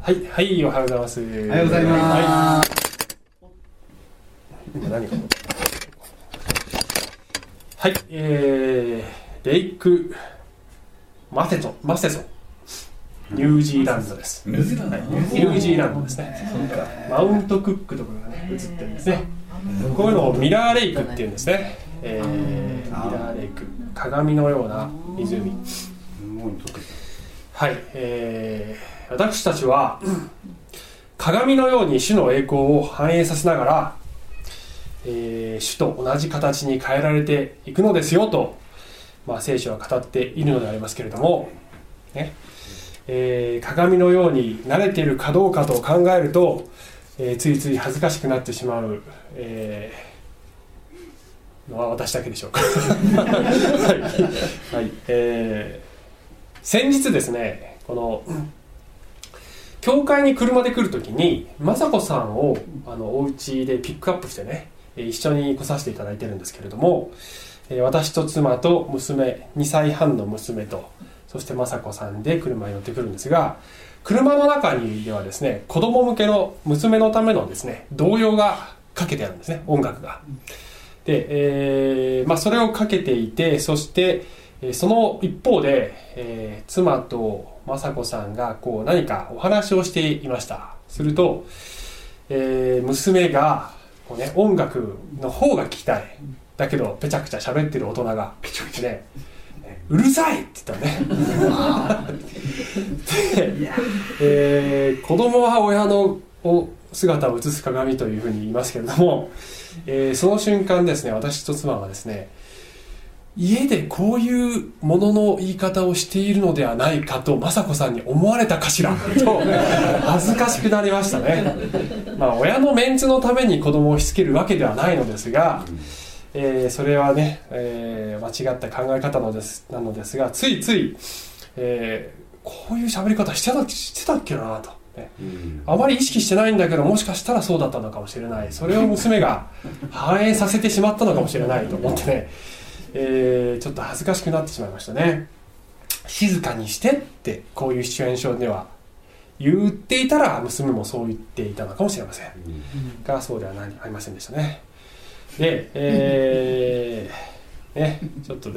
はい、はい、おはようございます。おはようございます。 今何かはい、レイクマセソン、ニュージーランドです。 ニュージーランド、 ニュージーランドですね。マウントクックとかがね映ってるんですね。こういうのをミラーレイクっていうんですね。ミラーレイク、鏡のような湖。はい、私たちは鏡のように主の栄光を反映させながら、主と同じ形に変えられていくのですよと、聖書は語っているのでありますけれども、ね鏡のように慣れているかどうかと考えると、ついつい恥ずかしくなってしまう、のは私だけでしょうかはい、先日ですね、この教会に車で来るときに雅子さんをお家でピックアップしてね、一緒に来させていただいてるんですけれども、私と妻と娘、2歳半の娘と、そして雅子さんで車に乗ってくるんですが、車の中にではですね、子供向けの娘のためのですね、童謡がかけてあるんですね、音楽が。で、それをかけていて、そしてその一方で、妻と雅子さんがこう何かお話をしていました。すると、娘がこう、ね、音楽の方が聞きたい。だけどペチャクチャ喋ってる大人がね、うるさいって言ったねで、子供は親の姿を映す鏡というふうに言いますけれども、その瞬間ですね、私と妻はですね、家でこういうものの言い方をしているのではないかと雅子さんに思われたかしらと恥ずかしくなりましたね。親のメンツのために子供をしつけるわけではないのですが、それはね、間違った考え方なのですが、ついつい、こういう喋り方してたっけなと、あまり意識してないんだけど、もしかしたらそうだったのかもしれない、それを娘が反映させてしまったのかもしれないと思ってね、ちょっと恥ずかしくなってしまいましたね。静かにしてってこういうシチュエーションでは言っていたら、娘もそう言っていたのかもしれません、がそうではありませんでしたね。で、ちょっと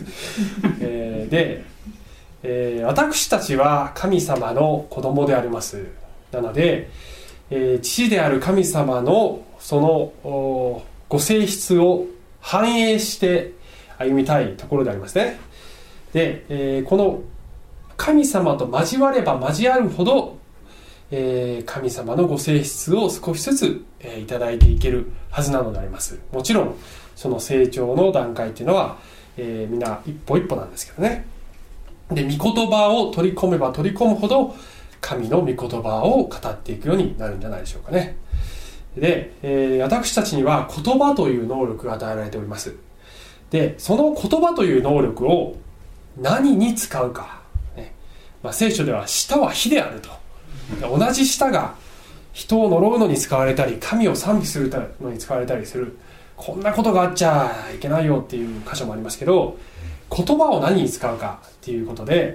で、私たちは神様の子供であります。なので、父である神様のそのご性質を反映して歩みたいところでありますね。で、この神様と交われば交わるほど、神様のご性質を少しずつ、いただいていけるはずなのであります。もちろんその成長の段階っていうのは、みんな一歩一歩なんですけどね。で、御言葉を取り込めば取り込むほど神の御言葉を語っていくようになるんじゃないでしょうかね。で、私たちには言葉という能力が与えられております。で、その言葉という能力を何に使うか、ね、聖書では舌は火であると。同じ舌が人を呪うのに使われたり、神を賛美するのに使われたりする、こんなことがあっちゃいけないよっていう箇所もありますけど、言葉を何に使うかっていうことで、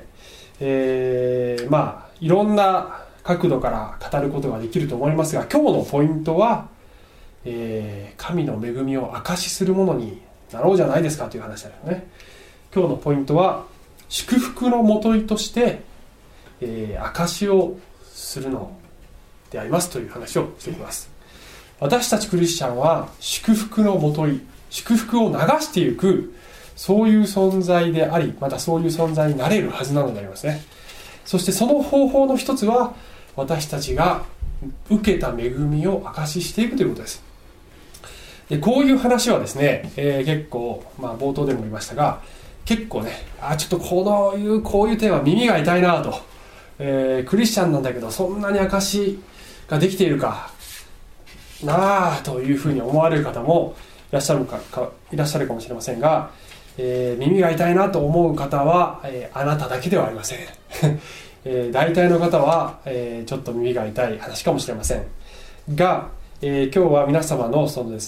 いろんな角度から語ることができると思いますが、今日のポイントは、神の恵みを証しするものになろうじゃないですかという話だよね。今日のポイントは、祝福のもといとして、証しをするのでありますという話をしていきます。私たちクリスチャンは祝福のもとい、祝福を流していく、そういう存在であり、またそういう存在になれるはずなのでありますね。そしてその方法の一つは、私たちが受けた恵みを証ししていくということです。で、こういう話はですね、結構、冒頭でも言いましたが、結構ね、ちょっとこういうテーマ耳が痛いなと、クリスチャンなんだけどそんなに証しができているかなというふうに思われる方もいらっしゃるかもしれませんが、耳が痛いなと思う方は、あなただけではありません、大体の方は、ちょっと耳が痛い話かもしれませんが、今日は皆様のそのです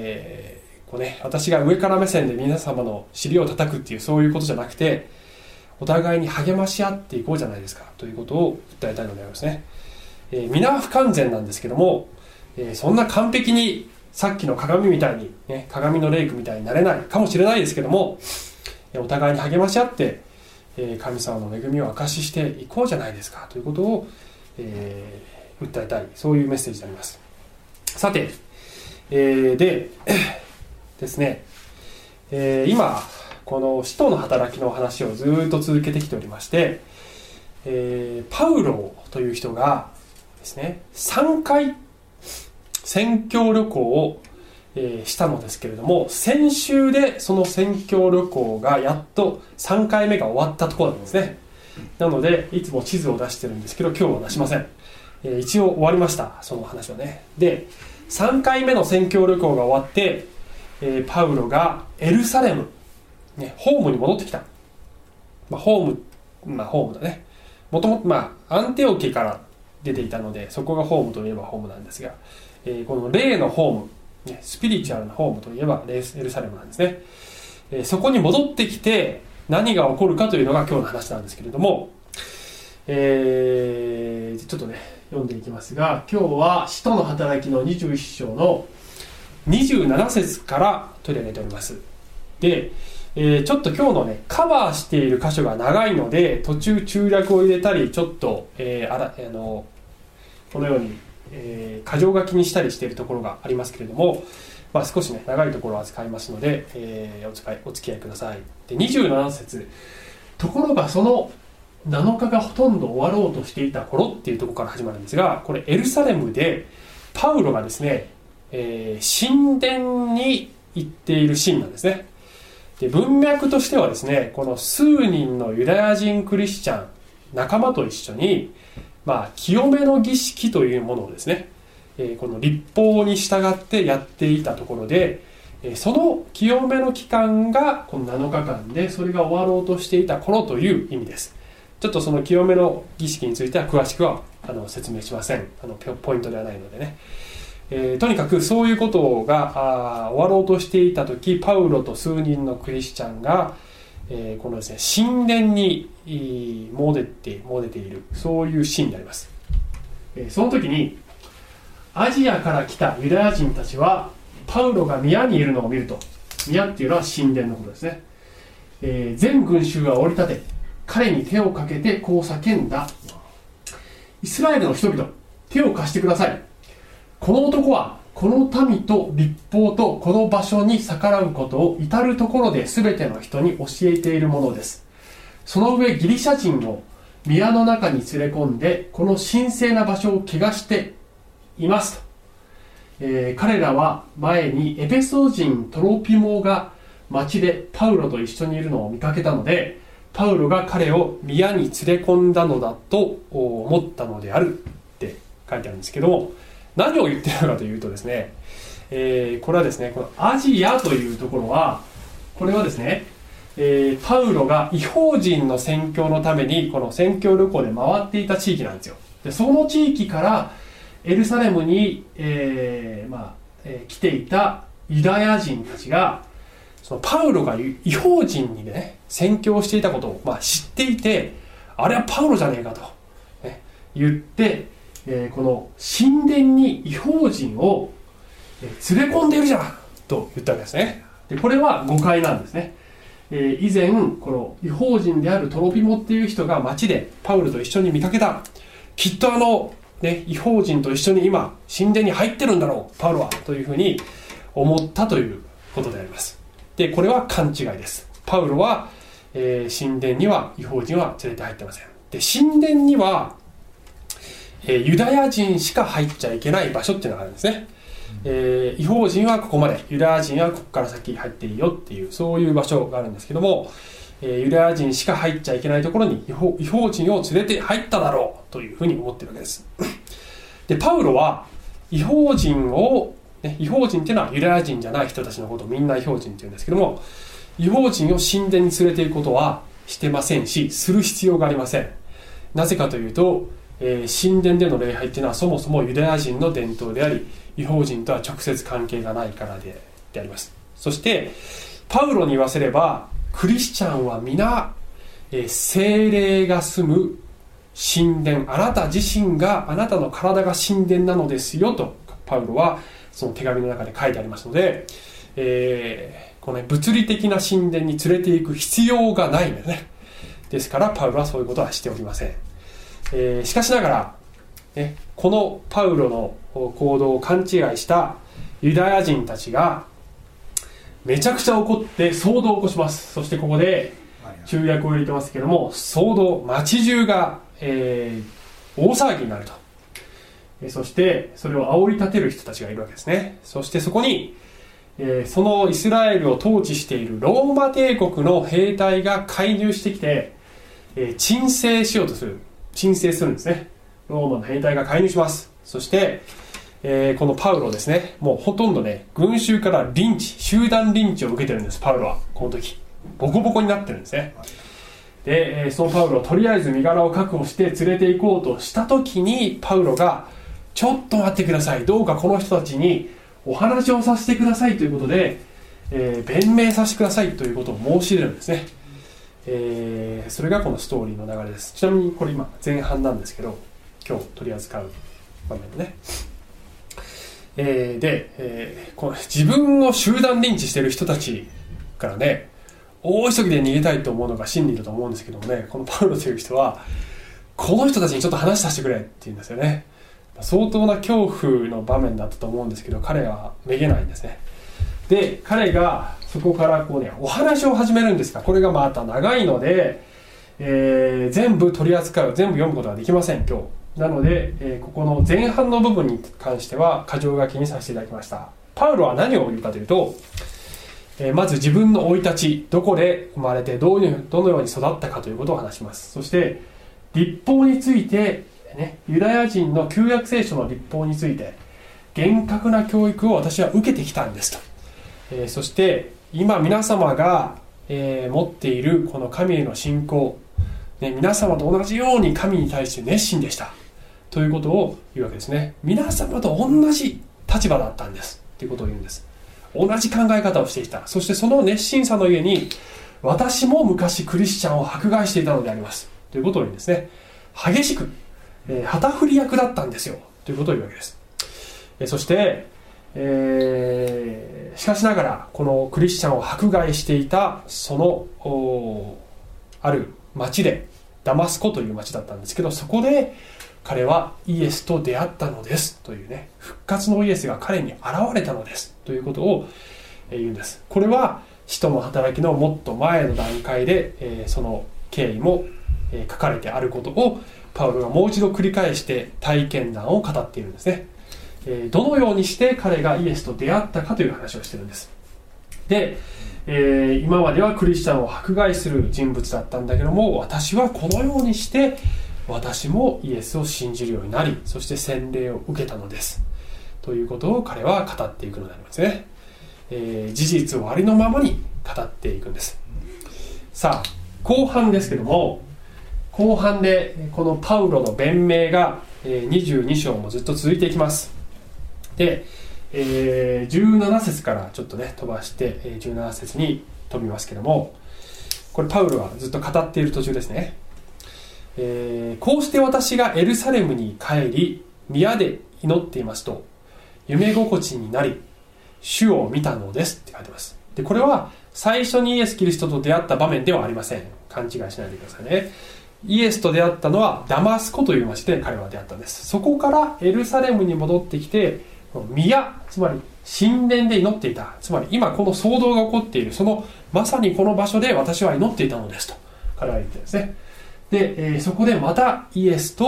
ね、私が上から目線で皆様の尻を叩くっていうそういうことじゃなくて、 お互いに励まし合っていこうじゃないですかということを訴えたいのでありますね。皆不完全なんですけども、そんな完璧にさっきの鏡みたいに、ね、鏡の霊句みたいになれないかもしれないですけども、お互いに励まし合って神様の恵みを証ししていこうじゃないですかということを、訴えたい、そういうメッセージであります。さて、でですね、今この使徒の働きの話をずっと続けてきておりまして、パウロという人がですね、3回宣教旅行を、したのですけれども、先週でその宣教旅行がやっと3回目が終わったところなんですね。なのでいつも地図を出してるんですけど、今日は出しません。一応終わりました、その話はね。で、3回目の宣教旅行が終わって、パウロがエルサレム、ね、ホームに戻ってきた。ホームだね。もともとアンテオ家から出ていたので、そこがホームといえばホームなんですが、この霊のホーム、スピリチュアルなホームといえばエルサレムなんですね。そこに戻ってきて何が起こるかというのが今日の話なんですけれども、ちょっとね読んでいきますが、今日は使徒の働きの21章の27節から取り上げております。で、ちょっと今日のねカバーしている箇所が長いので、途中中略を入れたりちょっと、このように箇条書きにしたりしているところがありますけれども、少しね長いところを扱いますので、お付き合いください。で、27節、ところがその7日がほとんど終わろうとしていた頃っていうところから始まるんですが、これエルサレムでパウロがですね、神殿に行っているシーンなんですね。で、文脈としてはですね、この数人のユダヤ人クリスチャン仲間と一緒に清めの儀式というものをですね、この律法に従ってやっていたところで、その清めの期間がこの7日間で、それが終わろうとしていた頃という意味です。ちょっとその清めの儀式については詳しくは説明しません。ポイントではないのでね、とにかくそういうことが終わろうとしていた時、パウロと数人のクリスチャンがこのですね、神殿に詣でている、そういうシーンであります。その時にアジアから来たユダヤ人たちはパウロが宮にいるのを見ると、宮っていうのは神殿のことですね。全群衆が降り立て、彼に手をかけてこう叫んだ。イスラエルの人々、手を貸してください。この男はこの民と律法とこの場所に逆らうことを至るところで全ての人に教えているものです。その上ギリシャ人を宮の中に連れ込んでこの神聖な場所を汚していますと、彼らは前にエペソ人トロピモが町でパウロと一緒にいるのを見かけたので、パウロが彼を宮に連れ込んだのだと思ったのであるって書いてあるんですけども、何を言っているのかというとですね、これはですね、このアジアというところは、これはですね、パウロが異邦人の宣教のためにこの宣教旅行で回っていた地域なんですよ。で、その地域からエルサレムに、来ていたユダヤ人たちが、そのパウロが異邦人にね宣教していたことを、知っていて、あれはパウロじゃねえかと、言って、この神殿に異邦人を連れ込んでいるじゃんと言ったわけですね。で、これは誤解なんですね。以前この異邦人であるトロピモっていう人が町でパウロと一緒に見かけた、きっと異邦人と一緒に今神殿に入ってるんだろうパウロはというふうに思ったということであります。で、これは勘違いです。パウロは、神殿には異邦人は連れて入ってません。で、神殿にはユダヤ人しか入っちゃいけない場所っていうのがあるんですね。異邦人はここまで、ユダヤ人はここから先入っていいよっていう、そういう場所があるんですけども、ユダヤ人しか入っちゃいけないところに異邦人を連れて入っただろうというふうに思っているわけです。で、パウロは異邦人を、異邦人っていうのはユダヤ人じゃない人たちのことをみんな異邦人っていうんですけども、異邦人を神殿に連れていくことはしてませんし、する必要がありません。なぜかというと、神殿での礼拝っていうのはそもそもユダヤ人の伝統であり、異邦人とは直接関係がないからであります。そしてパウロに言わせれば、クリスチャンは皆、 聖霊が住む神殿、あなた自身が、あなたの体が神殿なのですよとパウロはその手紙の中で書いてありますので、この、物理的な神殿に連れて行く必要がないんですね。ですからパウロはそういうことはしておりません。しかしながら、このパウロの行動を勘違いしたユダヤ人たちがめちゃくちゃ怒って騒動を起こします。そしてここで注訳を入れてますけども、騒動、街中が、大騒ぎになると。そしてそれを煽り立てる人たちがいるわけですね。そしてそこに、そのイスラエルを統治しているローマ帝国の兵隊が介入してきて、鎮静しようとする。鎮静するんですね。ローマの兵隊が介入します。そして、このパウロですね、もうほとんどね、群衆からリンチ、集団リンチを受けてるんです。パウロはこの時ボコボコになってるんですね。で、そのパウロをとりあえず身柄を確保して連れて行こうとした時に、パウロがちょっと待ってください、どうかこの人たちにお話をさせてくださいということで、弁明させてくださいということを申し入れるんですね。それがこのストーリーの流れです。ちなみにこれ今前半なんですけど、今日取り扱う場面のね、この自分を集団リンチしている人たちからね、大急ぎで逃げたいと思うのが真理だと思うんですけどもね、このパウロという人はこの人たちにちょっと話させてくれって言うんですよね。相当な恐怖の場面だったと思うんですけど、彼はめげないんですね。で、彼がそこからこうね、お話を始めるんですが、これがまた長いので、全部取り扱う、全部読むことができません今日なので、ここの前半の部分に関しては箇条書きにさせていただきました。パウロは何を言うかというと、まず自分の生い立ち、どこで生まれてどのように育ったかということを話します。そして律法について、ユダヤ人の旧約聖書の律法について厳格な教育を私は受けてきたんですと。そして今皆様が、持っているこの神への信仰、皆様と同じように神に対して熱心でしたということを言うわけですね。皆様と同じ立場だったんですということを言うんです。同じ考え方をしてきた。そしてその熱心さのゆえに、私も昔クリスチャンを迫害していたのでありますということを言うんですね。激しく、旗振り役だったんですよということを言うわけです。そして、しかしながらこのクリスチャンを迫害していたそのある町で、ダマスコという町だったんですけど、そこで彼はイエスと出会ったのですというね、復活のイエスが彼に現れたのですということを言うんです。これは使徒の働きのもっと前の段階で、その経緯も書かれてあることをパウロがもう一度繰り返して体験談を語っているんですね。どのようにして彼がイエスと出会ったかという話をしているんです。で、今まではクリスチャンを迫害する人物だったんだけども、私はこのようにして私もイエスを信じるようになり、そして洗礼を受けたのですということを彼は語っていくのでありますね。事実をありのままに語っていくんです。さあ後半ですけども、後半でこのパウロの弁明が22章もずっと続いていきます。で、17節からちょっとね飛ばして17節に飛びますけども、これパウロがずっと語っている途中ですね。こうして私がエルサレムに帰り宮で祈っていますと夢心地になり主を見たのですって書いてます。でこれは最初にイエス・キリストと出会った場面ではありません。勘違いしないでくださいね。イエスと出会ったのはダマスコという町で彼は出会ったんです。そこからエルサレムに戻ってきて宮、つまり神殿で祈っていた。つまり今この騒動が起こっているそのまさにこの場所で私は祈っていたのですと彼は言ってるんですね。で、そこでまたイエス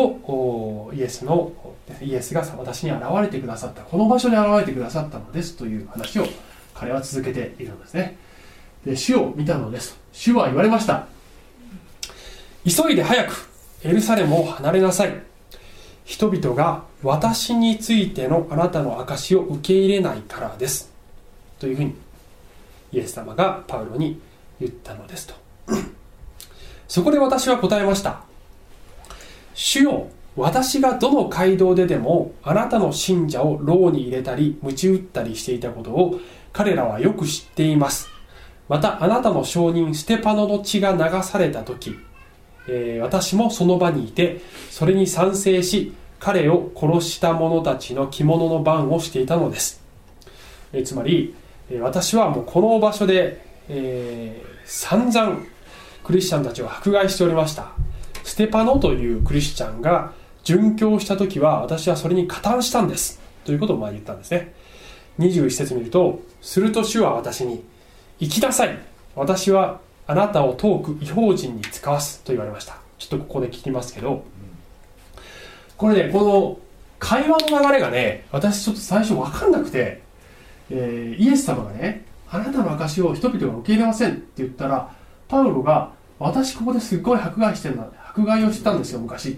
が私に現れてくださった、この場所に現れてくださったのですという話を彼は続けているんですね。で主を見たのです。主は言われました。急いで早くエルサレムを離れなさい。人々が私についてのあなたの証を受け入れないからですというふうにイエス様がパウロに言ったのですと。そこで私は答えました。主よ、私がどの街道ででもあなたの信者を牢に入れたり鞭打ったりしていたことを彼らはよく知っています。またあなたの証人ステパノの血が流された時、 私もその場にいてそれに賛成し彼を殺した者たちの着物の番をしていたのです。つまり私はもうこの場所で、散々クリスチャンたちを迫害しておりました。ステパノというクリスチャンが殉教した時は私はそれに加担したんですということを言ったんですね。21節見ると、すると主は私に行きなさい、私はあなたを遠く異邦人に使わすと言われました。ちょっとここで聞きますけど、これね、この会話の流れがね、私ちょっと最初分かんなくて、イエス様がね、あなたの証を人々が受け入れませんって言ったら、パウロが私ここですっごい迫害をしてたんですよ昔って、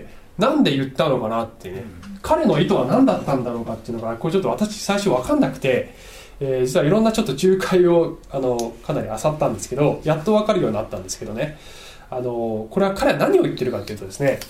なんで言ったのかなってね、彼の意図は何だったんだろうかっていうのが、これちょっと私最初分かんなくて、実はいろんなちょっと仲介をかなり漁ったんですけど、やっと分かるようになったんですけどね、これは彼は何を言ってるかっていうとですね、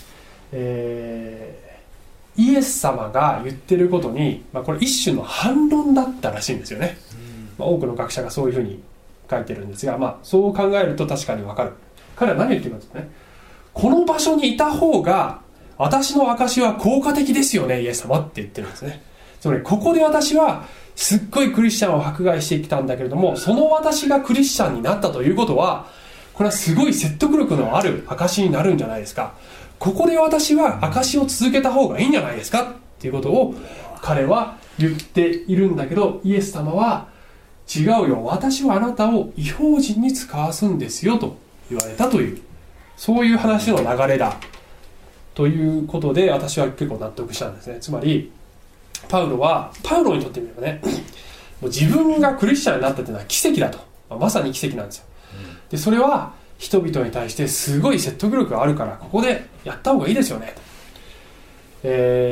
イエス様が言ってることに、これ一種の反論だったらしいんですよね。多くの学者がそういうふうに書いてるんですが、そう考えると確かに分かる。彼は何を言ってるかというとね、この場所にいた方が私の証は効果的ですよねイエス様って言ってるんですね。つまりここで私はすっごいクリスチャンを迫害してきたんだけれども、その私がクリスチャンになったということは、これはすごい説得力のある証になるんじゃないですか。ここで私は証を続けた方がいいんじゃないですかっていうことを彼は言っているんだけど、イエス様は違うよ、私はあなたを異邦人に使わすんですよと言われたという、そういう話の流れだということで、私は結構納得したんですね。つまりパウロにとってみればね、もう自分がクリスチャンになったというのは奇跡だと、まさに奇跡なんですよ。でそれは人々に対してすごい説得力があるから、ここでやった方がいいですよねと。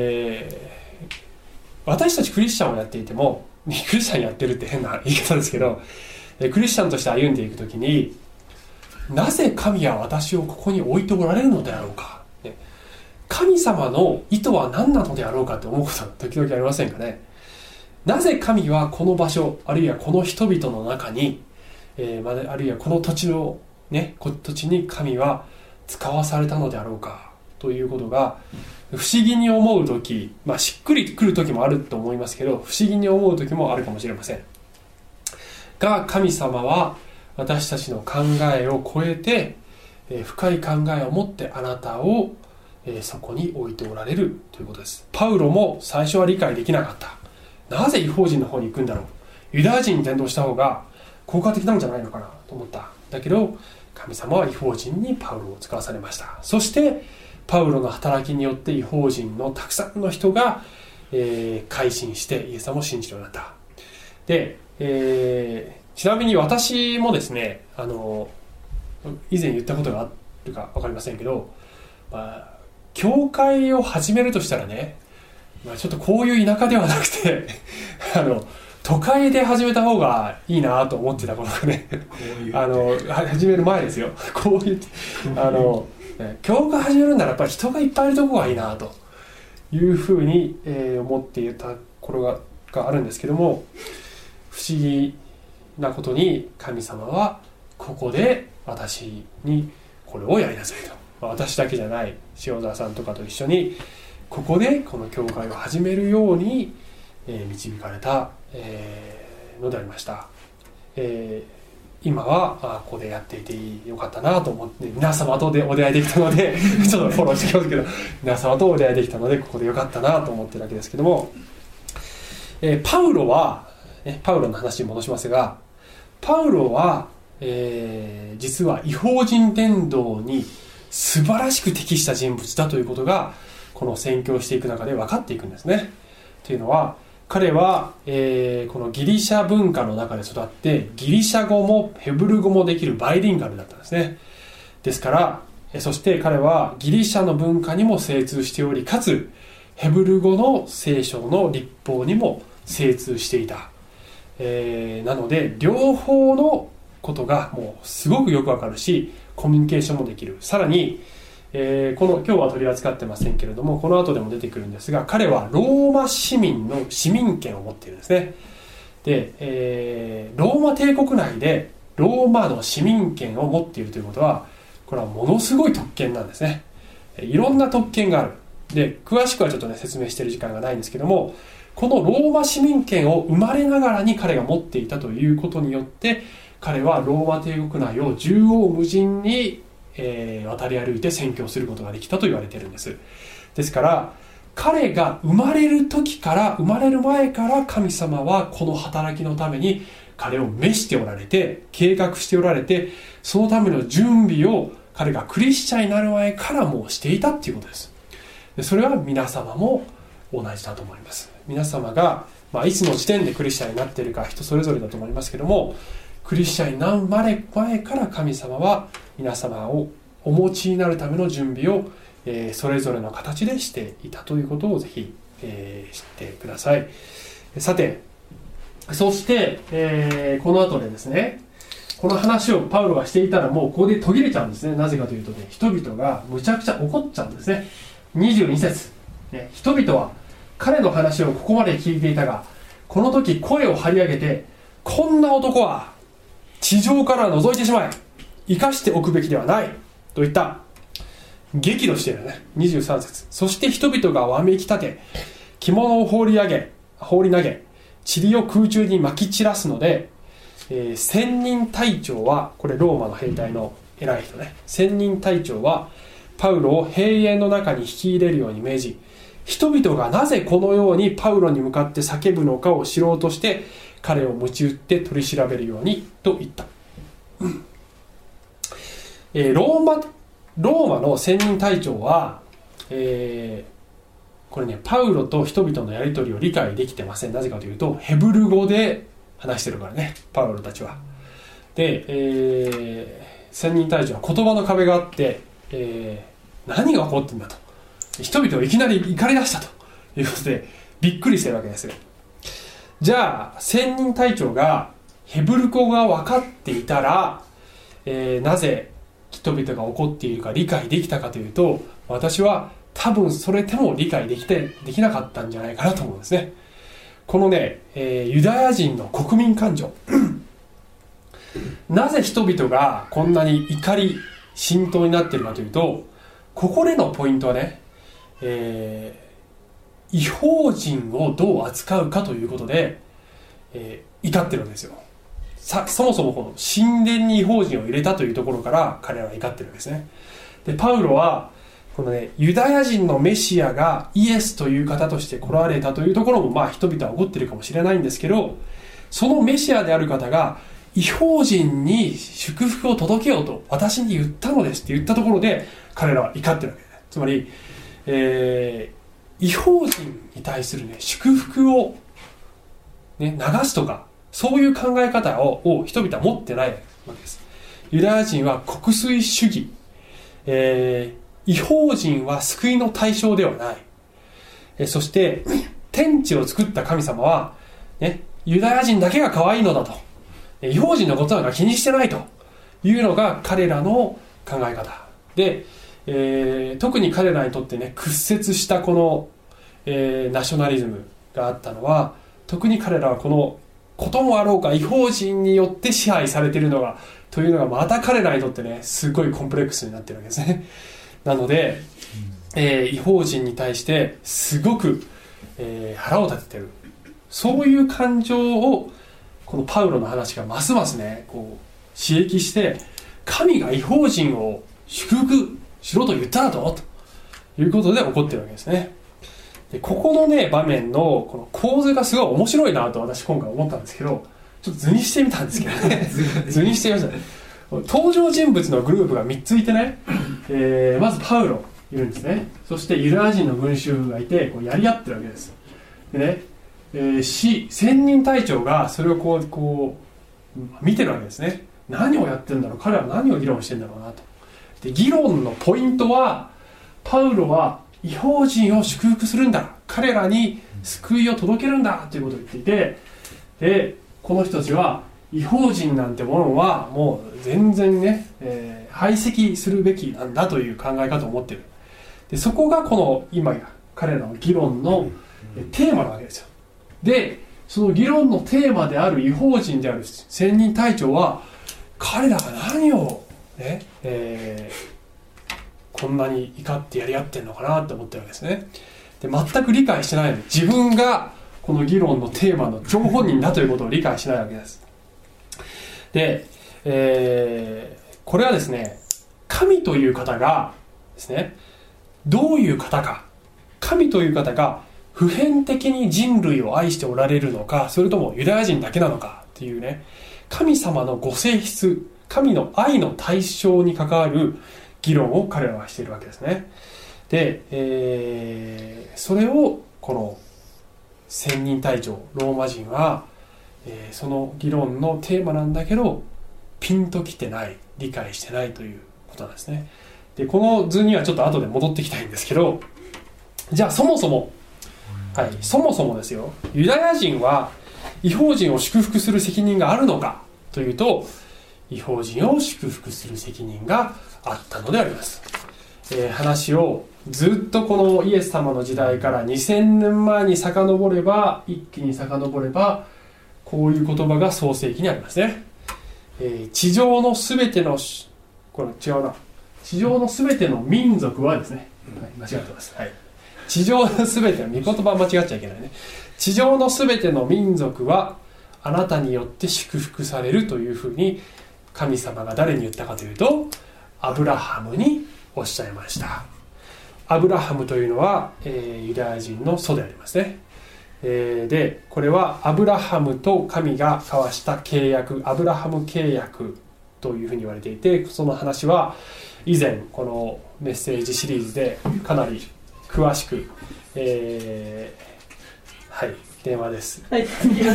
私たちクリスチャンをやっていても、クリスチャンやってるって変な言い方ですけど、クリスチャンとして歩んでいくときに、なぜ神は私をここに置いておられるのであろうか、神様の意図は何なのであろうかって思うことが時々ありませんかね。なぜ神はこの場所、あるいはこの人々の中に、あるいはこの土地の土地に神は使わされたのであろうかということが不思議に思うとき、しっくりくるときもあると思いますけど、不思議に思うときもあるかもしれませんが、神様は私たちの考えを超えて、深い考えを持ってあなたを、そこに置いておられるということです。パウロも最初は理解できなかった。なぜ異邦人の方に行くんだろう、ユダヤ人に伝道した方が効果的なんじゃないのかなと思った。だけど神様は異邦人にパウロを使わされました。そしてパウロの働きによって異邦人のたくさんの人が、改心してイエス様を信じるようになった。で、ちなみに私もですね、以前言ったことがあるか分かりませんけど、教会を始めるとしたらね、ちょっとこういう田舎ではなくて都会で始めた方がいいなと思ってたことがね始める前ですよ。こういう教会始めるならやっぱり人がいっぱいいるところがいいなというふうに、思っていた頃があるんですけども、不思議なことに神様はここで私にこれをやりなさいと、私だけじゃない塩沢さんとかと一緒にここでこの教会を始めるように導かれたのでありました。今はここでやっていてよかったなと思って、皆様とお出会いできたのでちょっとフォローしてきますけど、皆様とお出会いできたのでここでよかったなと思ってるわけですけども、パウロは、パウロの話に戻しますが、パウロは、実は異邦人伝道に素晴らしく適した人物だということがこの宣教していく中で分かっていくんですね。というのは彼は、このギリシャ文化の中で育ってギリシャ語もヘブル語もできるバイリンガルだったんですね。ですからそして彼はギリシャの文化にも精通しており、かつヘブル語の聖書の律法にも精通していた、なので両方のことがもうすごくよくわかるし、コミュニケーションもできる。さらにこの今日は取り扱ってませんけれども、この後でも出てくるんですが、彼はローマ市民の市民権を持っているんですね。で、ローマ帝国内でローマの市民権を持っているということは、 これはものすごい特権なんですね。いろんな特権がある。で、詳しくはちょっとね説明している時間がないんですけども、このローマ市民権を生まれながらに彼が持っていたということによって、彼はローマ帝国内を縦横無尽に、渡り歩いて占拠することができたと言われているんです。ですから彼が生まれる前から神様はこの働きのために彼を召しておられて、計画しておられて、そのための準備を彼がクリスチャンになる前からもうしていたっていうことです。でそれは皆様も同じだと思います。皆様が、いつの時点でクリスチャンになっているか人それぞれだと思いますけども、クリスチャンになる前から神様は皆様をお持ちになるための準備を、それぞれの形でしていたということをぜひ、知ってください。さて、そして、この後でですね、この話をパウロがしていたらもうここで途切れちゃうんですね。なぜかというとね、人々がむちゃくちゃ怒っちゃうんですね。22節、ね、人々は彼の話をここまで聞いていたが、この時声を張り上げて、こんな男は地上から覗いてしまえ、生かしておくべきではないと言った。激怒しているね。23節、そして人々がわめき立て、着物を放り投げ、塵を空中に撒き散らすので、千人隊長は、これローマの兵隊の偉い人ね、千人隊長はパウロを兵営の中に引き入れるように命じ、人々がなぜこのようにパウロに向かって叫ぶのかを知ろうとして彼を鞭打って取り調べるようにと言った。ローマの千人隊長は、これね、パウロと人々のやり取りを理解できてません。なぜかというとヘブル語で話してるからね、パウロたちは。で、千人隊長は言葉の壁があって、何が起こってんだと、人々をいきなり怒り出したということでびっくりしてるわけですよ。じゃあ千人隊長がヘブル語が分かっていたら、なぜ人々が怒っているか理解できたかというと、私は多分それでも理解できなかったんじゃないかなと思うんですね。このね、ユダヤ人の国民感情なぜ人々がこんなに怒り浸透になっているかというと、ここでのポイントはね、異邦人をどう扱うかということで、怒ってるわけですよ。そもそもこの神殿に異邦人を入れたというところから彼らは怒ってるわけですね。でパウロはこのね、ユダヤ人のメシアがイエスという方として来られたというところも人々は怒ってるかもしれないんですけど、そのメシアである方が異邦人に祝福を届けようと私に言ったのですって言ったところで彼らは怒ってるわけです。つまり、異邦人に対する、ね、祝福を、ね、流すとかそういう考え方を人々は持ってないわけです。ユダヤ人は国粋主義、異邦人は救いの対象ではない。そして天地を作った神様は、ね、ユダヤ人だけが可愛いのだと、異邦人のことなんか気にしてないというのが彼らの考え方で、特に彼らにとってね、屈折したこの、ナショナリズムがあったのは、特に彼らはこのこともあろうか異邦人によって支配されているのがというのがまた彼らにとってね、すごいコンプレックスになっているわけですね。なので、異邦人に対してすごく、腹を立ててる、そういう感情をこのパウロの話がますますねこう刺激して、神が異邦人を祝福しろと言ったらどうということで怒ってるわけですね。でここのね場面のこの構図がすごい面白いなと私今回思ったんですけど、ちょっと図にしてみたんですけどね図にしてみましたね。登場人物のグループが3ついてね、まずパウロいるんですね。そしてユダヤ人の群衆がいてこうやり合ってるわけです。でね、千人隊長がそれをこう見てるわけですね。何をやってるんだろう、彼は何を議論してるんだろうなと。で議論のポイントは、パウロは異邦人を祝福するんだ、彼らに救いを届けるんだということを言っていて、でこの人たちは異邦人なんてものはもう全然ね、排斥するべきなんだという考え方を持っている。でそこがこの今や彼らの議論のテーマなわけですよ。でその議論のテーマである異邦人である千人隊長は、彼らが何を、 ねこんなに怒ってやり合ってんのかなって思ってるわけですね。で全く理解してないので、自分がこの議論のテーマの張本人だということを理解しないわけです。で、これはですね、神という方がですね、どういう方か、神という方が普遍的に人類を愛しておられるのか、それともユダヤ人だけなのかっていうね、神様のご性質、神の愛の対象に関わる議論を彼らはしているわけですね。で、それをこの千人隊長ローマ人は、その議論のテーマなんだけどピンときてない、理解してないということなんですね。でこの図にはちょっと後で戻ってきたいんですけど、じゃあそもそもですよ、ユダヤ人は異邦人を祝福する責任があるのかというと、異邦人を祝福する責任があったのであります。話をずっとこのイエス様の時代から2000年前に遡れば、一気に遡ればこういう言葉が創世記にありますね。地上のすべての、これ違うな、地上のすべての民族はですね、間違ってます、地上のすべての、御言葉間違っちゃいけないね。地上のすべての民族はあなたによって祝福されるというふうに神様が誰に言ったかというと、アブラハムにおっしゃいました。アブラハムというのは、ユダヤ人の祖でありますね。でこれはアブラハムと神が交わした契約、アブラハム契約というふうに言われていて、その話は以前このメッセージシリーズでかなり詳しく、電話です、かなり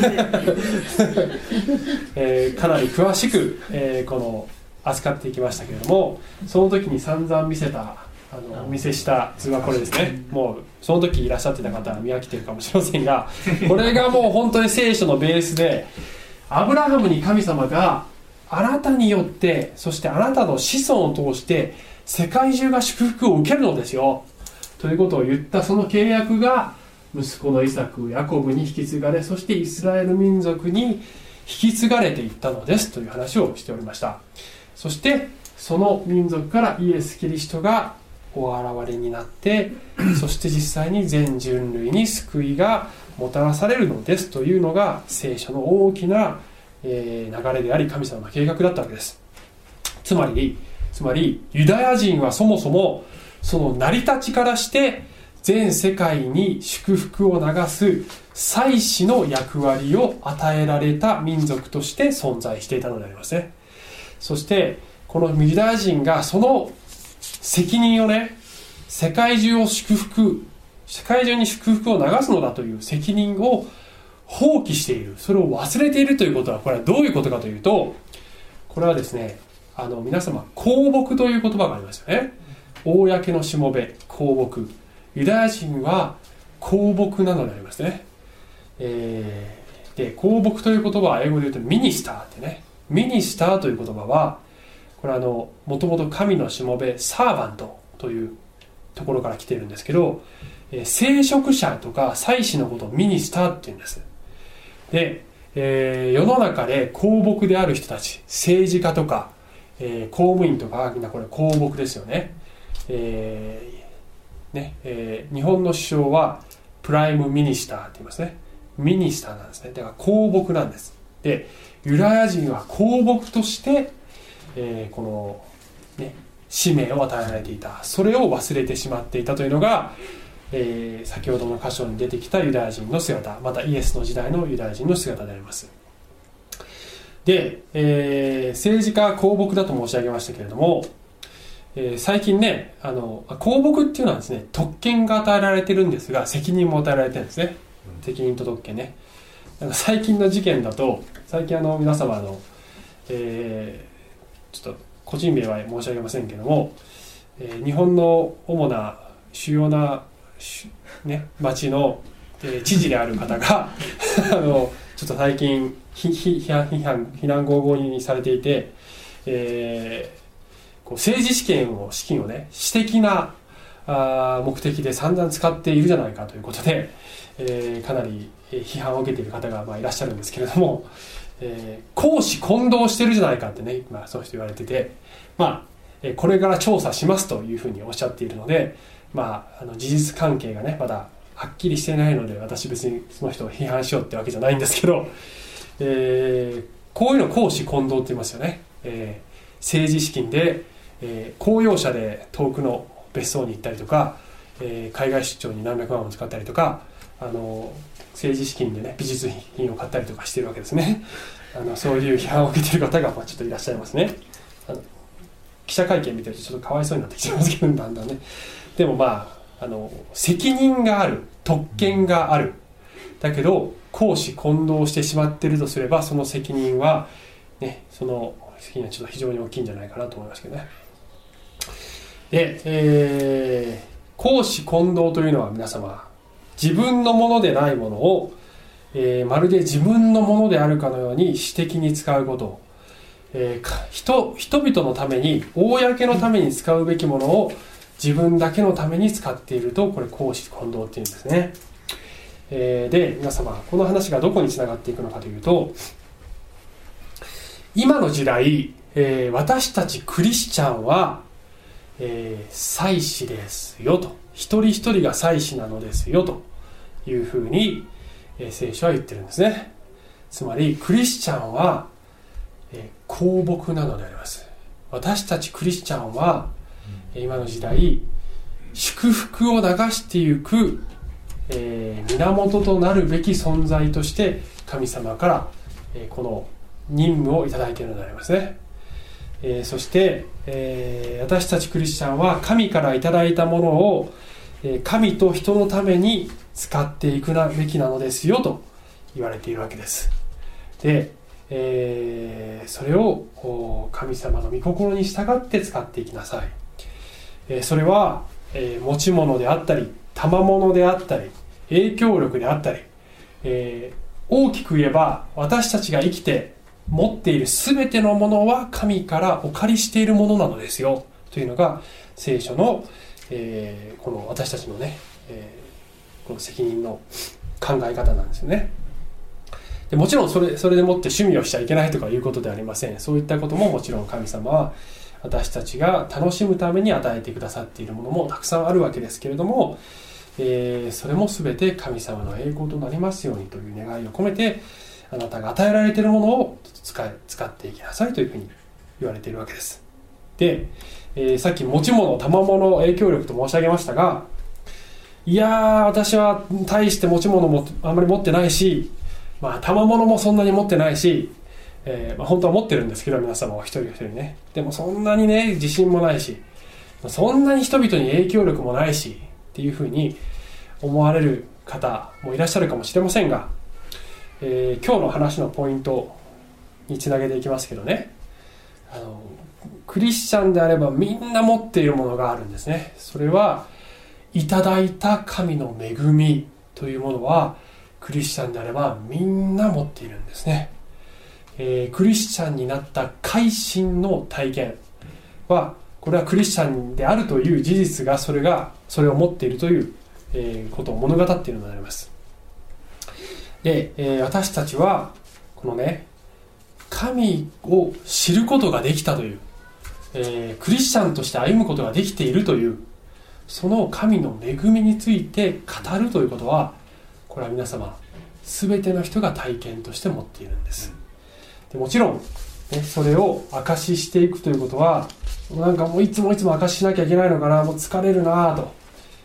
詳しく、この扱っていきましたけれども、その時に散々お見せした図はこれですね。もうその時いらっしゃってた方は見飽きてるかもしれませんが、これがもう本当に聖書のベースで、アブラハムに神様があなたによって、そしてあなたの子孫を通して世界中が祝福を受けるのですよということを言った、その契約が息子のイサク、ヤコブに引き継がれ、そしてイスラエル民族に引き継がれていったのですという話をしておりました。そしてその民族からイエス・キリストがお現れになって、そして実際に全人類に救いがもたらされるのですというのが聖書の大きな、流れであり、神様の計画だったわけです。つまりユダヤ人はそもそもその成り立ちからして全世界に祝福を流す祭司の役割を与えられた民族として存在していたのでありますね。そしてこのユダヤ人がその責任をね、世界中に祝福を流すのだという責任を放棄している、それを忘れているということは、これはどういうことかというと、これはですね、皆様公僕という言葉がありますよね。公のしもべ、公僕。ユダヤ人は公僕なのでありますね。で公僕という言葉は英語で言うとミニスターってね、ミニスターという言葉はこれはもともと神のしもべ、サーバントというところから来ているんですけど、聖職者とか祭司のことをミニスターっていうんです。で、世の中で公僕である人たち、政治家とか、公務員とか、みんなこれ公僕ですよね。日本の首相はプライムミニスターって言いますね。ミニスターなんですね。だから公僕なんです。でユダヤ人は公僕として、この、使命を与えられていた。それを忘れてしまっていたというのが、先ほどの箇所に出てきたユダヤ人の姿、またイエスの時代のユダヤ人の姿であります。で、政治家は公僕だと申し上げましたけれども、最近ね、公僕っていうのはですね、特権が与えられてるんですが、責任も与えられてるんですね。責任と特権ね。なんか最近の事件だと、最近皆様ちょっと個人名は申し上げませんけども、日本の主な主要な、町の、知事である方がちょっと最近非難合々にされていて、政治資金をね、私的な目的で散々使っているじゃないかということで、かなり批判を受けている方がいらっしゃるんですけれども、 公私混同してるじゃないかってね、そういう人言われてて、これから調査しますというふうにおっしゃっているので、事実関係がねまだはっきりしていないので、私別にその人を批判しようってわけじゃないんですけど、こういうの公私混同って言いますよね。政治資金で、公用車で遠くの別荘に行ったりとか、海外出張に何百万も使ったりとか、政治資金でね美術品を買ったりとかしてるわけですね。そういう批判を受けている方がちょっといらっしゃいますね。記者会見見てるとちょっとかわいそうになってきてますけど、だんだんね。でも責任がある、特権がある、だけど公私混同してしまっているとすれば、その責任はね、その責任はちょっと非常に大きいんじゃないかなと思いますけどね。で、公私混同というのは皆様、自分のものでないものを、まるで自分のものであるかのように私的に使うこと、人々のために、公のために使うべきものを自分だけのために使っていると、これ公私混同っていうんですね。で、皆様、この話がどこにつながっていくのかというと、今の時代、私たちクリスチャンは、祭司ですよと、一人一人が祭司なのですよというふうに、聖書は言ってるんですね。つまりクリスチャンは公僕なのであります。私たちクリスチャンは、今の時代祝福を流していく、源となるべき存在として神様から、この任務をいただいているのでありますね。そして、私たちクリスチャンは神からいただいたものを、神と人のために使っていくべきなのですよと言われているわけです。で、それを神様の御心に従って使っていきなさい。それは、持ち物であったり賜物であったり影響力であったり、大きく言えば私たちが生きて持っている全てのものは神からお借りしているものなのですよというのが聖書の、この私たちのね、この責任の考え方なんですよね。でもちろんそれでもって趣味をしちゃいけないとかいうことではありません。そういったことももちろん神様は私たちが楽しむために与えてくださっているものもたくさんあるわけですけれども、それも全て神様の栄光となりますようにという願いを込めて、あなたが与えられているものを使っていきなさいというふうに言われているわけです。で、さっき持ち物、賜物、影響力と申し上げましたが、いやー私は大して持ち物もあんまり持ってないし、賜物もそんなに持ってないし、本当は持ってるんですけど皆様は一人一人ね、でもそんなにね自信もないし、そんなに人々に影響力もないしっていうふうに思われる方もいらっしゃるかもしれませんが、今日の話のポイントにつなげていきますけどね、クリスチャンであればみんな持っているものがあるんですね。それはいただいた神の恵みというものはクリスチャンであればみんな持っているんですね。クリスチャンになった改心の体験は、これはクリスチャンであるという事実がそれを持っているという、ことを物語っているのであります。で、私たちはこのね神を知ることができたという、クリスチャンとして歩むことができているというその神の恵みについて語るということは、これは皆様全ての人が体験として持っているんです。でもちろん、ね、それを証ししていくということは、なんかもういつも証ししなきゃいけないのかな、もう疲れるなと、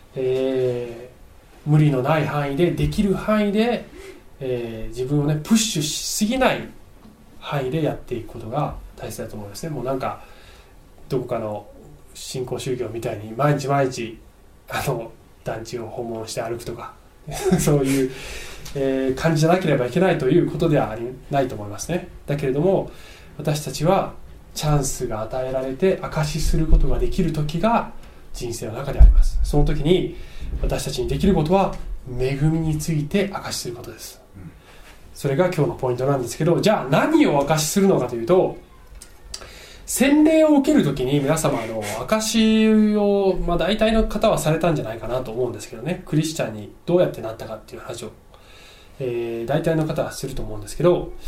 無理のない範囲でできる範囲で、自分をねプッシュしすぎない範囲でやっていくことが大切だと思いますね。もうなんかどこかの新興宗教みたいに毎日団地を訪問して歩くとかそういう、感じじゃなければいけないということではないと思いますね。だけれども私たちはチャンスが与えられて証しすることができる時が人生の中であります。その時に私たちにできることは恵みについて証しすることです。それが今日のポイントなんですけど、じゃあ何を証しするのかというと、洗礼を受けるときに皆様証しを、大体の方はされたんじゃないかなと思うんですけどね、クリスチャンにどうやってなったかっていう話を、大体の方はすると思うんですけど、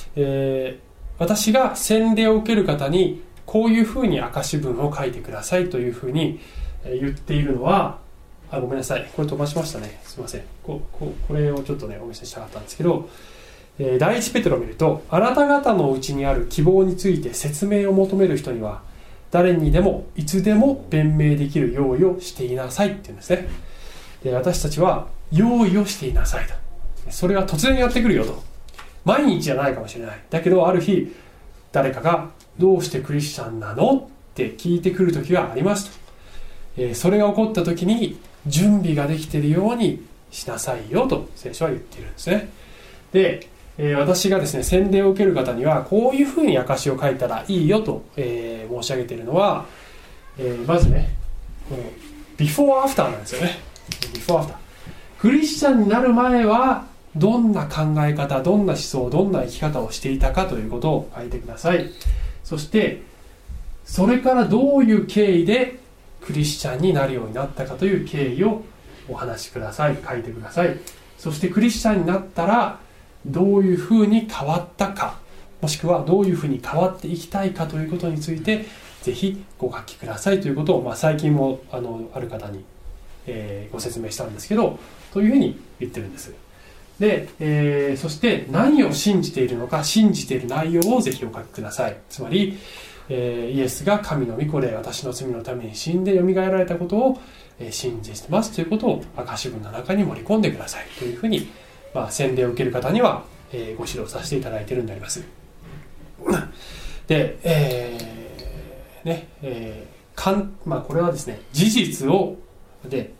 私が洗礼を受ける方にこういうふうに証文を書いてくださいというふうに言っているのは、ごめんなさい、これ飛ばしましたね、すいません。これをちょっとねお見せしたかったんですけど、第一ペテロを見ると、あなた方のうちにある希望について説明を求める人には誰にでもいつでも弁明できる用意をしていなさいって言うんですね。で、私たちは用意をしていなさいと。それが突然やってくるよと。毎日じゃないかもしれない。だけどある日誰かがどうしてクリスチャンなのって聞いてくる時がありますと。それが起こった時に準備ができているようにしなさいよと聖書は言っているんですね。で、私がですね洗礼を受ける方にはこういうふうに証を書いたらいいよと、申し上げているのは、まずねこのビフォーアフターなんですよね。ビフォーアフター、クリスチャンになる前はどんな考え方、どんな思想、どんな生き方をしていたかということを書いてください。そしてそれからどういう経緯でクリスチャンになるようになったかという経緯をお話しください。書いてください。そしてクリスチャンになったらどういうふうに変わったか、もしくはどういうふうに変わっていきたいかということについてぜひご書きくださいということを、最近もある方に、ご説明したんですけど、というふうに言ってるんです。で、そして何を信じているのか、信じている内容をぜひお書きください。つまり、イエスが神の御子で私の罪のために死んでよみがえられたことを、信じてますということを証文の中に盛り込んでくださいというふうに、洗礼を受ける方には、ご指導させていただいているんであります。で、これはですね事実をで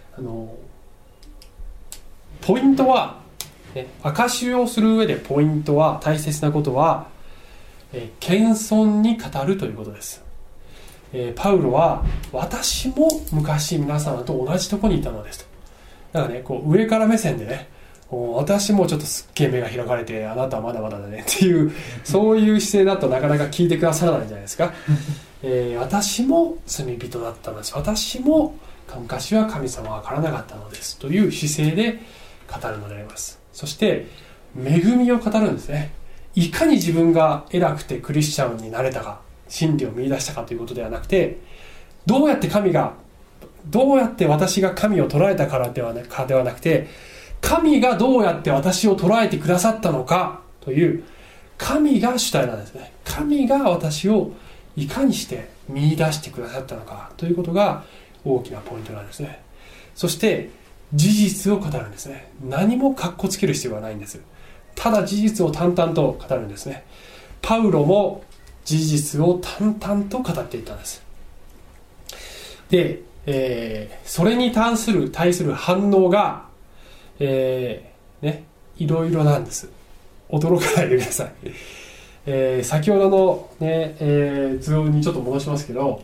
ポイントは、証しをする上でポイントは、大切なことは、謙遜に語るということです。パウロは私も昔皆様と同じところにいたのですと。だからね、こう上から目線でね、私もちょっとすっげえ目が開かれて、あなたはまだまだだねっていうそういう姿勢だとなかなか聞いてくださらないんじゃないですか。私も罪人だったのです、私も昔は神様は分からなかったのですという姿勢で語るのであります。そして恵みを語るんですね。いかに自分が偉くてクリスチャンになれたか、真理を見出したかということではなくて、どうやって私が神を捉えたからではなくて、神がどうやって私を捉えてくださったのかという神が主体なんですね。神が私をいかにして見出してくださったのかということが大きなポイントなんですね。そして事実を語るんですね。何もカッコつける必要はないんです。ただ事実を淡々と語るんですね。パウロも事実を淡々と語っていたんです。で、それに対する反応が、いろいろなんです。驚かないでください。先ほどの、図にちょっと戻しますけど、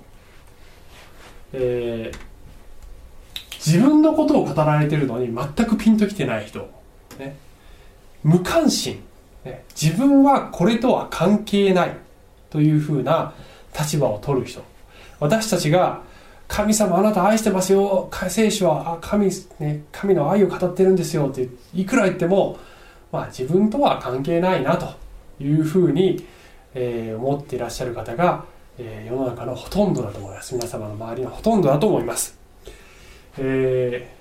自分のことを語られているのに全くピンときてない人、無関心、自分はこれとは関係ないというふうな立場を取る人、私たちが神様あなた愛してますよ、聖書は神の愛を語ってるんですよっていくら言っても、自分とは関係ないなというふうに、思っていらっしゃる方が、世の中のほとんどだと思います。皆様の周りのほとんどだと思います。で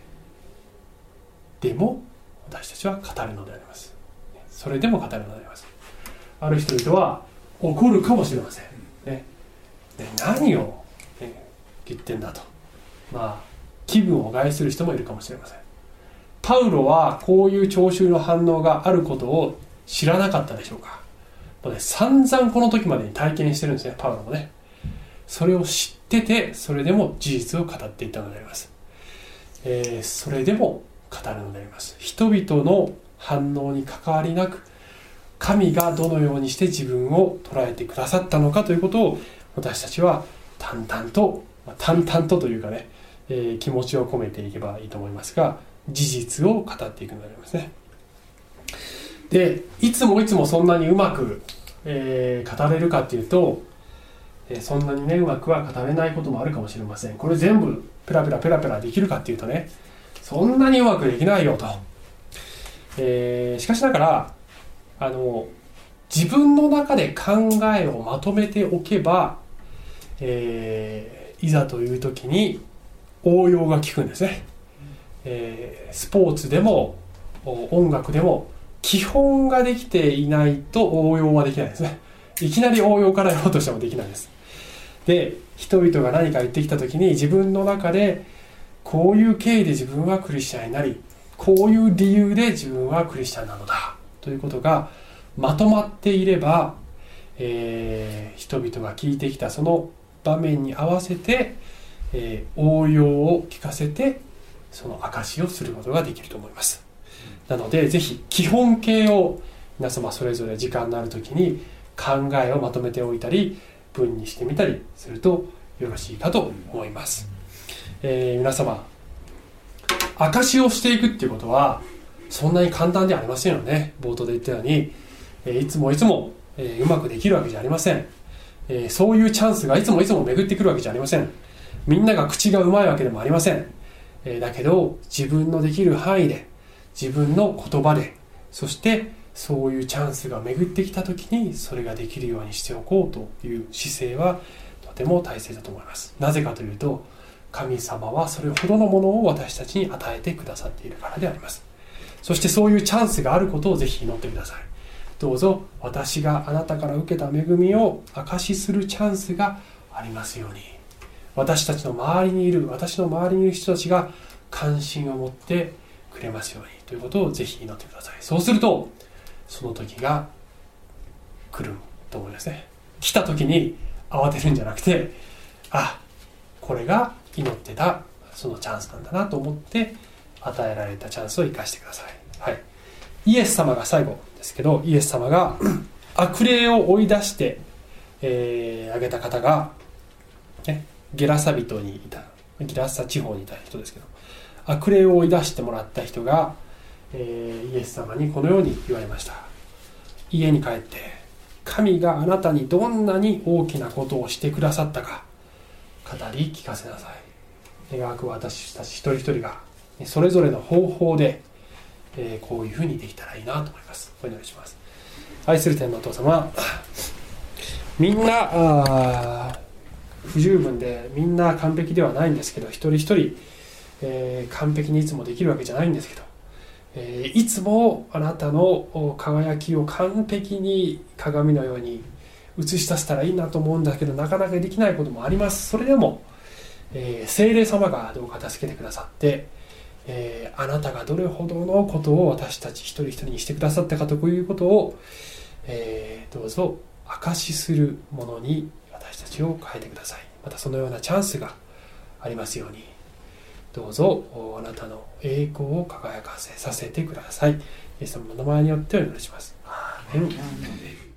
も私たちは語るのであります。それでも語るのであります。ある人々は怒るかもしれません、何を、言ってんだと、気分を害する人もいるかもしれません。パウロはこういう聴衆の反応があることを知らなかったでしょうか。散々この時までに体験してるんですね、パウロもね。それを知ってて、それでも事実を語っていったのであります。それでも語るのであります。人々の反応に関わりなく、神がどのようにして自分を捉えてくださったのかということを、私たちは淡々とというかね、気持ちを込めていけばいいと思いますが、事実を語っていくのでありますね。で、いつもそんなにうまく、語れるかっていうと、そんなにねうまくは語れないこともあるかもしれません。これ全部ペラペラできるかっていうとね、そんなにうまくできないよと。しかしながら自分の中で考えをまとめておけば、いざという時に応用が効くんですね。スポーツでも音楽でも基本ができていないと応用はできないですね。いきなり応用からやろうとしてもできないです。で、人々が何か言ってきた時に自分の中でこういう経緯で自分はクリスチャンになり、こういう理由で自分はクリスチャンなのだということがまとまっていれば、人々が聞いてきたその場面に合わせて、応用を聞かせてその証しをすることができると思います。なのでぜひ基本形を皆様それぞれ時間のある時に考えをまとめておいたり文にしてみたりするとよろしいかと思います。皆様証しをしていくっていうことはそんなに簡単ではありませんよね。冒頭で言ったようにいつもうまくできるわけじゃありません。そういうチャンスがいつも巡ってくるわけじゃありません。みんなが口がうまいわけでもありません。だけど自分のできる範囲で自分の言葉で、そしてそういうチャンスが巡ってきた時にそれができるようにしておこうという姿勢はとても大切だと思います。なぜかというと神様はそれほどのものを私たちに与えてくださっているからであります。そしてそういうチャンスがあることをぜひ祈ってください。どうぞ私があなたから受けた恵みを証しするチャンスがありますように、私の周りにいる人たちが関心を持ってくれますようにということをぜひ祈ってください。そうするとその時が来ると思いますね。来た時に慌てるんじゃなくて、これが祈ってたそのチャンスなんだなと思って与えられたチャンスを生かしてください。イエス様が最後ですけど、イエス様が悪霊を追い出してあげた方が、ゲラサ人にいた、ゲラサ地方にいた人ですけど、悪霊を追い出してもらった人が、イエス様にこのように言われました。家に帰って神があなたにどんなに大きなことをしてくださったか語り聞かせなさい。願わく私たち一人一人がそれぞれの方法で、こういうふうにできたらいいなと思います。お祈りします。愛する天のお父様、みんな不十分でみんな完璧ではないんですけど、一人一人、完璧にいつもできるわけじゃないんですけど、いつもあなたの輝きを完璧に鏡のように映し出せたらいいなと思うんだけど、なかなかできないこともあります。それでも、聖霊様がどうか助けてくださって、あなたがどれほどのことを私たち一人一人にしてくださったかということを、どうぞ証しするものに私たちを変えてください。またそのようなチャンスがありますように、どうぞあなたの栄光を輝かせさせてください。イエス様の名前によってお祈りします。アーメン。